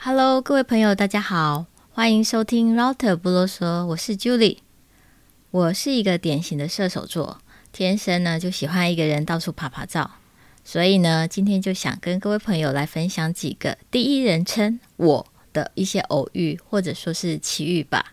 Hello， 各位朋友，大家好，欢迎收听 Router 不啰嗦，我是 Julie。我是一个典型的射手座，天生呢就喜欢一个人到处爬爬照，所以呢，今天就想跟各位朋友来分享几个第一人称我的一些偶遇，或者说是奇遇吧。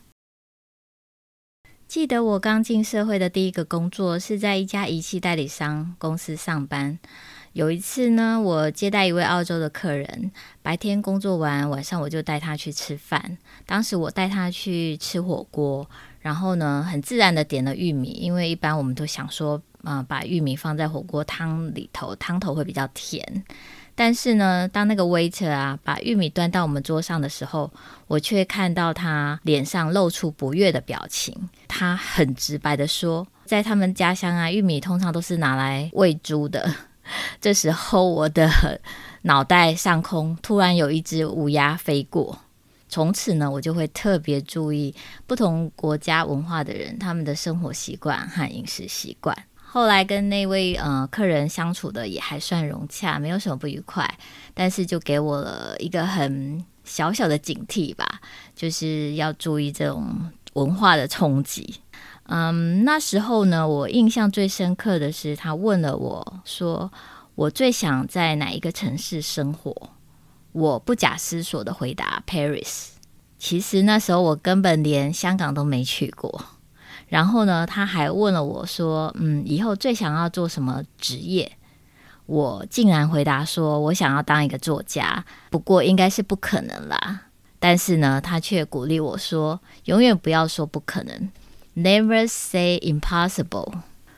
记得我刚进社会的第一个工作是在一家仪器代理商公司上班。有一次呢，我接待一位澳洲的客人，白天工作完，晚上我就带他去吃饭。当时我带他去吃火锅，然后呢，很自然的点了玉米，因为一般我们都想说，把玉米放在火锅汤里头，汤头会比较甜。但是呢，当那个 waiter 把玉米端到我们桌上的时候，我却看到他脸上露出不悦的表情。他很直白的说，在他们家乡玉米通常都是拿来喂猪的。这时候我的脑袋上空突然有一只乌鸦飞过，从此呢，我就会特别注意不同国家文化的人，他们的生活习惯和饮食习惯。后来跟那位客人相处的也还算融洽，没有什么不愉快，但是就给我了一个很小小的警惕吧，就是要注意这种文化的冲击。那时候呢，我印象最深刻的是他问了我说，我最想在哪一个城市生活？我不假思索的回答 Paris。 其实那时候我根本连香港都没去过。然后呢，他还问了我说，以后最想要做什么职业？我竟然回答说，我想要当一个作家，不过应该是不可能啦。但是呢，他却鼓励我说，永远不要说不可能，Never say impossible。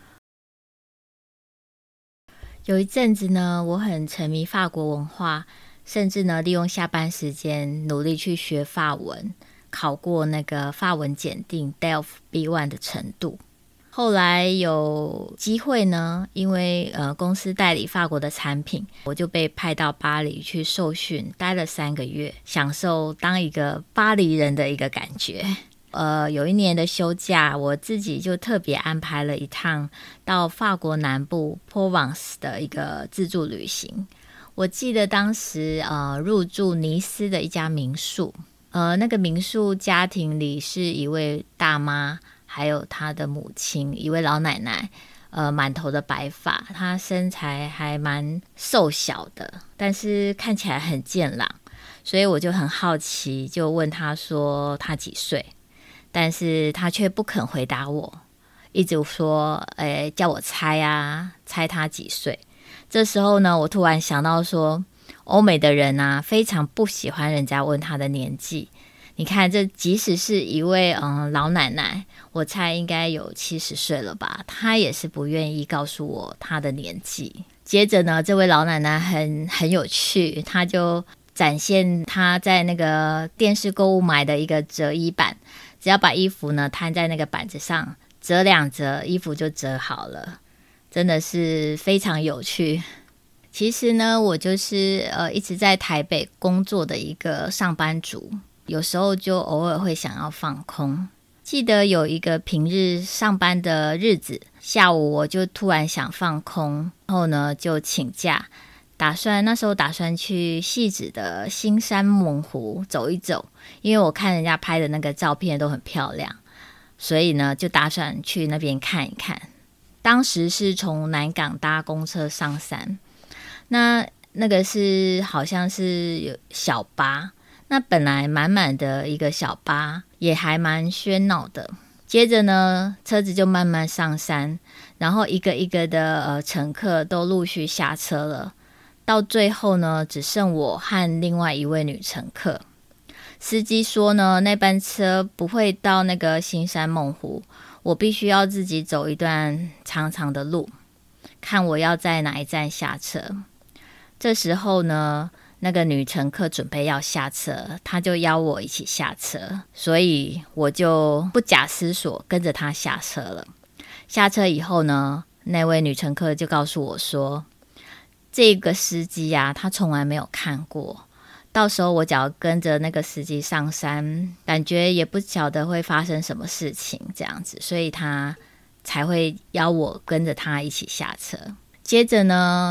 有一阵子呢，我很沉迷法国文化，甚至呢利用下班时间努力去学法文，考过那个法文检定 DELF B1 的程度。后来有机会呢，因为公司代理法国的产品，我就被派到巴黎去受训，待了3个月，享受当一个巴黎人的一个感觉。有一年的休假，我自己就特别安排了一趟到法国南部 Provence 的一个自助旅行。我记得当时入住尼斯的一家民宿，那个民宿家庭里是一位大妈，还有她的母亲，一位老奶奶，满头的白发，她身材还蛮瘦小的，但是看起来很健朗，所以我就很好奇，就问她说她几岁，但是她却不肯回答我，一直说叫我猜她几岁。这时候呢，我突然想到说，欧美的人非常不喜欢人家问他的年纪。你看，这即使是一位老奶奶，我猜应该有70岁了吧，她也是不愿意告诉我她的年纪。接着呢，这位老奶奶很有趣，她就展现她在那个电视购物买的一个折衣板，只要把衣服呢摊在那个板子上，折2折，衣服就折好了，真的是非常有趣。其实呢，我就是一直在台北工作的一个上班族，有时候就偶尔会想要放空。记得有一个平日上班的日子，下午我就突然想放空，然后呢就请假，那时候打算去汐止的新山猛湖走一走，因为我看人家拍的那个照片都很漂亮，所以呢就打算去那边看一看。当时是从南港搭公车上山，那个是好像是有小巴，那本来满满的一个小巴，也还蛮喧闹的。接着呢，车子就慢慢上山，然后一个一个的乘客都陆续下车了。到最后呢，只剩我和另外一位女乘客。司机说呢，那班车不会到那个新山猛湖，我必须要自己走一段长长的路，看我要在哪一站下车。这时候呢，那个女乘客准备要下车，她就邀我一起下车，所以我就不假思索跟着她下车了。下车以后呢，那位女乘客就告诉我说，这个司机她从来没有看过，到时候我只要跟着那个司机上山，感觉也不晓得会发生什么事情这样子，所以她才会邀我跟着她一起下车。接着呢，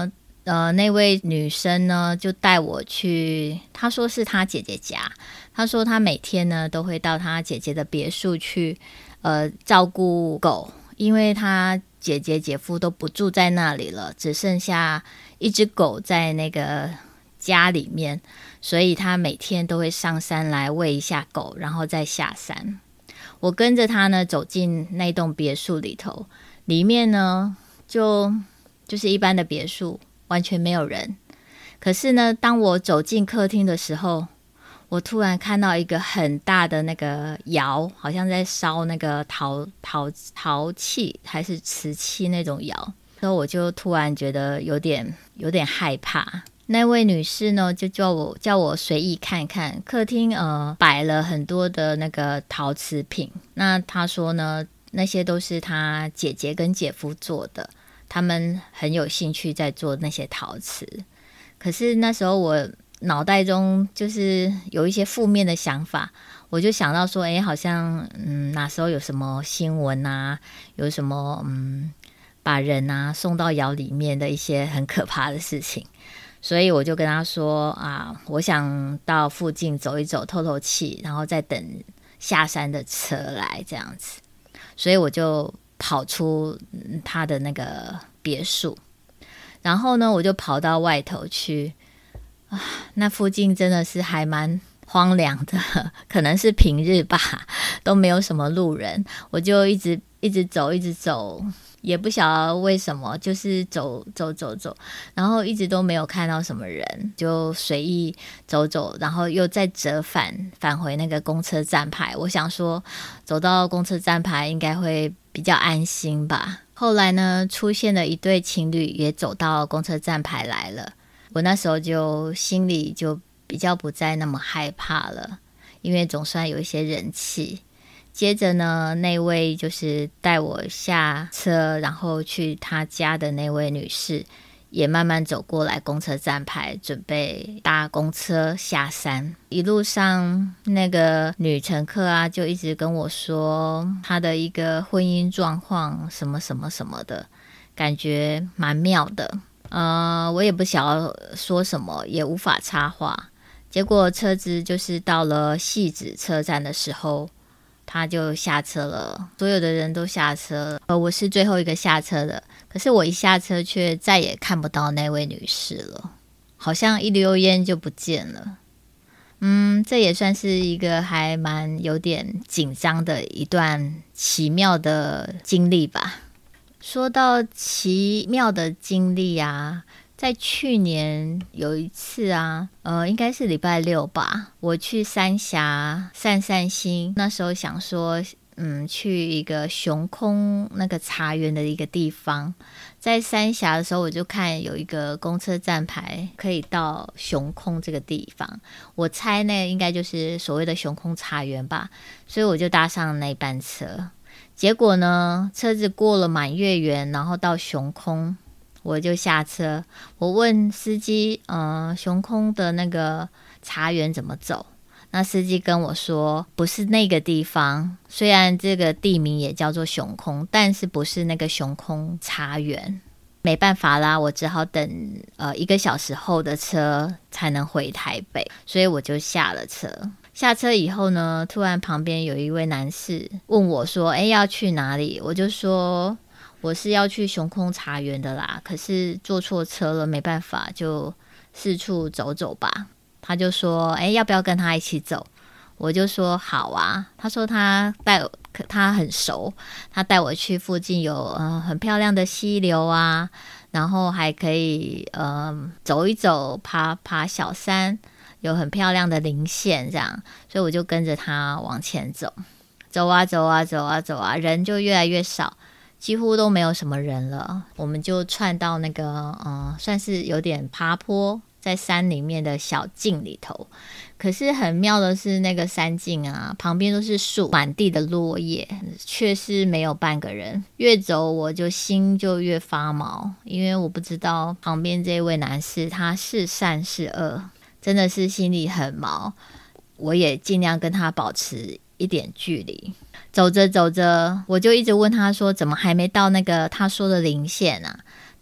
那位女生呢就带我去，她说是她姐姐家，她说她每天呢都会到她姐姐的别墅去照顾狗，因为她姐姐姐夫都不住在那里了，只剩下一只狗在那个家里面，所以她每天都会上山来喂一下狗，然后再下山。我跟着她呢走进那栋别墅里头，里面呢就是一般的别墅，完全没有人。可是呢，当我走进客厅的时候，我突然看到一个很大的那个窑，好像在烧那个陶器还是瓷器那种窑，所以我就突然觉得有点害怕。那位女士呢，就叫我随意看看客厅，摆了很多的那个陶瓷品。那她说呢，那些都是她姐姐跟姐夫做的，他们很有兴趣在做那些陶瓷。可是那时候我脑袋中就是有一些负面的想法，我就想到说，好像哪时候有什么新闻啊，有什么把人啊送到窑里面的一些很可怕的事情。所以我就跟他说啊，我想到附近走一走，透透气，然后再等下山的车来这样子。所以我就跑出他的那个别墅，然后呢，我就跑到外头去啊，那附近真的是还蛮荒凉的，可能是平日吧，都没有什么路人。我就一直走，也不晓得为什么，就是走，然后一直都没有看到什么人，就随意走，然后又再折返回那个公车站牌。我想说，走到公车站牌应该会比较安心吧。后来呢，出现了一对情侣也走到公车站牌来了，我那时候就心里就比较不再那么害怕了，因为总算有一些人气。接着呢，那位就是带我下车然后去他家的那位女士也慢慢走过来公车站牌，准备搭公车下山。一路上那个女乘客啊就一直跟我说她的一个婚姻状况什么什么什么的，感觉蛮妙的。我也不晓得说什么，也无法插话。结果车子就是到了汐止车站的时候，他就下车了，所有的人都下车了，我是最后一个下车的。可是我一下车却再也看不到那位女士了，好像一溜烟就不见了。这也算是一个还蛮有点紧张的一段奇妙的经历吧。说到奇妙的经历啊，在去年有一次啊，应该是礼拜六吧，我去三峡散心。那时候想说，去一个熊空那个茶园的一个地方。在三峡的时候，我就看有一个公车站牌可以到熊空这个地方，我猜那应该就是所谓的熊空茶园吧，所以我就搭上那班车。结果呢，车子过了满月园，然后到熊空，我就下车。我问司机，熊空的那个茶园怎么走？那司机跟我说，不是那个地方。虽然这个地名也叫做熊空，但是不是那个熊空茶园。没办法啦，我只好等1个小时后的车才能回台北，所以我就下了车。下车以后呢，突然旁边有一位男士问我说，要去哪里？我就说我是要去熊空茶园的啦，可是坐错车了，没办法，就四处走走吧。他就说要不要跟他一起走？我就说好啊。他说他很熟，他带我去附近有很漂亮的溪流啊，然后还可以走一走，爬小山，有很漂亮的林线这样，所以我就跟着他往前走。走啊，人就越来越少，几乎都没有什么人了。我们就窜到那个算是有点爬坡，在山里面的小径里头。可是很妙的是，那个山径啊，旁边都是树，满地的落叶，却是没有半个人。越走我就心就越发毛，因为我不知道旁边这位男士他是善是恶，真的是心里很毛。我也尽量跟他保持一点距离。走着，我就一直问他说，怎么还没到那个他说的林线啊？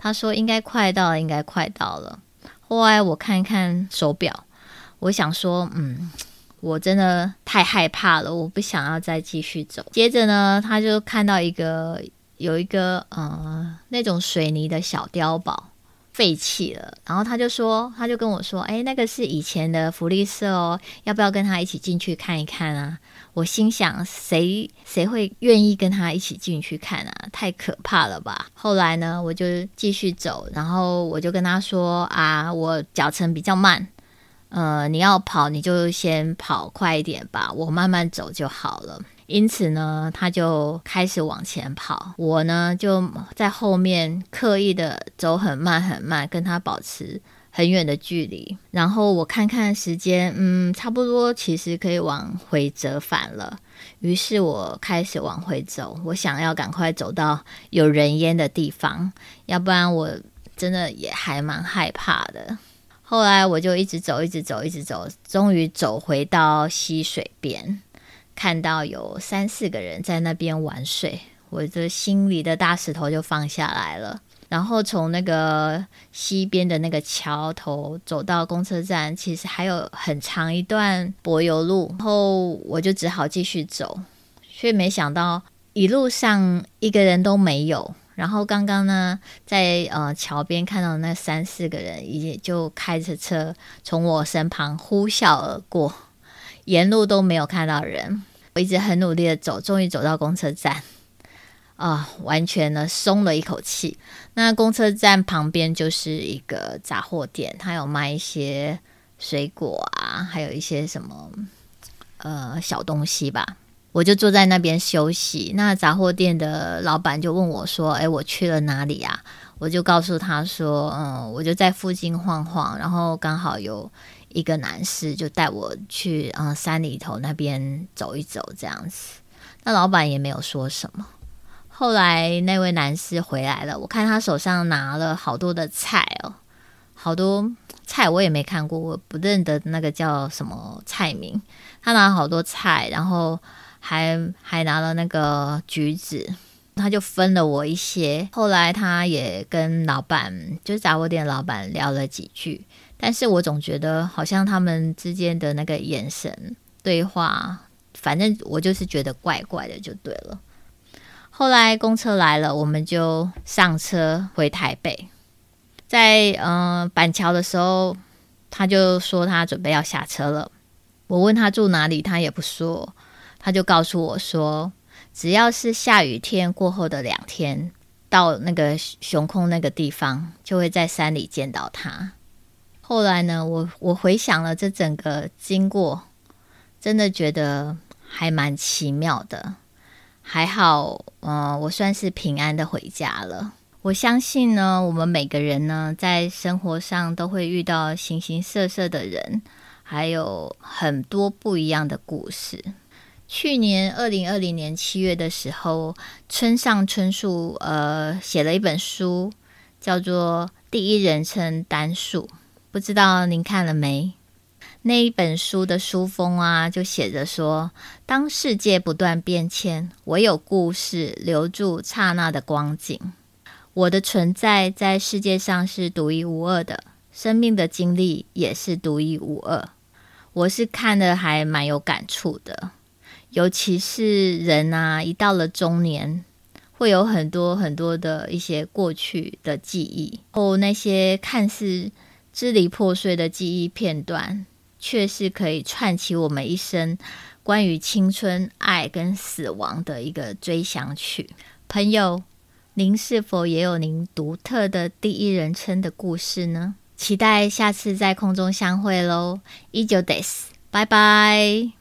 他说应该快到了，应该快到了。后来我看一看手表，我想说我真的太害怕了，我不想要再继续走。接着呢，他就看到有一个那种水泥的小碉堡废弃了，然后他就跟我说，那个是以前的福利社哦，要不要跟他一起进去看一看啊？我心想，谁会愿意跟他一起进去看啊？太可怕了吧！后来呢，我就继续走，然后我就跟他说啊，我脚程比较慢，你要跑你就先跑快一点吧，我慢慢走就好了。因此呢，他就开始往前跑，我呢就在后面刻意的走很慢很慢，跟他保持很远的距离。然后我看看时间，差不多其实可以往回折返了。于是我开始往回走，我想要赶快走到有人烟的地方，要不然我真的也还蛮害怕的。后来我就一直走，终于走回到溪水边，看到有3-4个人在那边玩水，我的心里的大石头就放下来了。然后从那个溪边的那个桥头走到公车站，其实还有很长一段柏油路，然后我就只好继续走，却没想到一路上一个人都没有。然后刚刚呢，在桥边看到那3-4个人，也就开着车从我身旁呼啸而过，沿路都没有看到人。我一直很努力的走，终于走到公车站完全呢松了一口气。那公车站旁边就是一个杂货店，它有卖一些水果啊，还有一些什么小东西吧。我就坐在那边休息，那杂货店的老板就问我说，我去了哪里啊？我就告诉他说，我就在附近晃晃，然后刚好有一个男士就带我去山里头那边走一走这样子。那老板也没有说什么。后来那位男士回来了，我看他手上拿了好多的菜好多菜我也没看过，我不认得那个叫什么菜名。他拿了好多菜，然后还拿了那个橘子，他就分了我一些。后来他也跟老板，就是杂货店老板聊了几句，但是我总觉得好像他们之间的那个眼神对话，反正我就是觉得怪怪的就对了。后来公车来了，我们就上车回台北。在板桥的时候，他就说他准备要下车了。我问他住哪里，他也不说。他就告诉我说，只要是下雨天过后的2天，到那个熊空那个地方，就会在山里见到他。后来呢，我回想了这整个经过，真的觉得还蛮奇妙的。还好，我算是平安的回家了。我相信呢，我们每个人呢，在生活上都会遇到形形色色的人，还有很多不一样的故事。去年2020年7月的时候，村上春树写了一本书，叫做《第一人称单数》，不知道您看了没？那一本书的书封啊，就写着说，当世界不断变迁，唯有故事留住刹那的光景。我的存在在世界上是独一无二的，生命的经历也是独一无二。我是看得还蛮有感触的，尤其是人啊，一到了中年，会有很多很多的一些过去的记忆，那些看似支离破碎的记忆片段，却是可以串起我们一生关于青春、爱跟死亡的一个追想曲。朋友，您是否也有您独特的第一人称的故事呢？期待下次在空中相会咯。以上です。拜拜。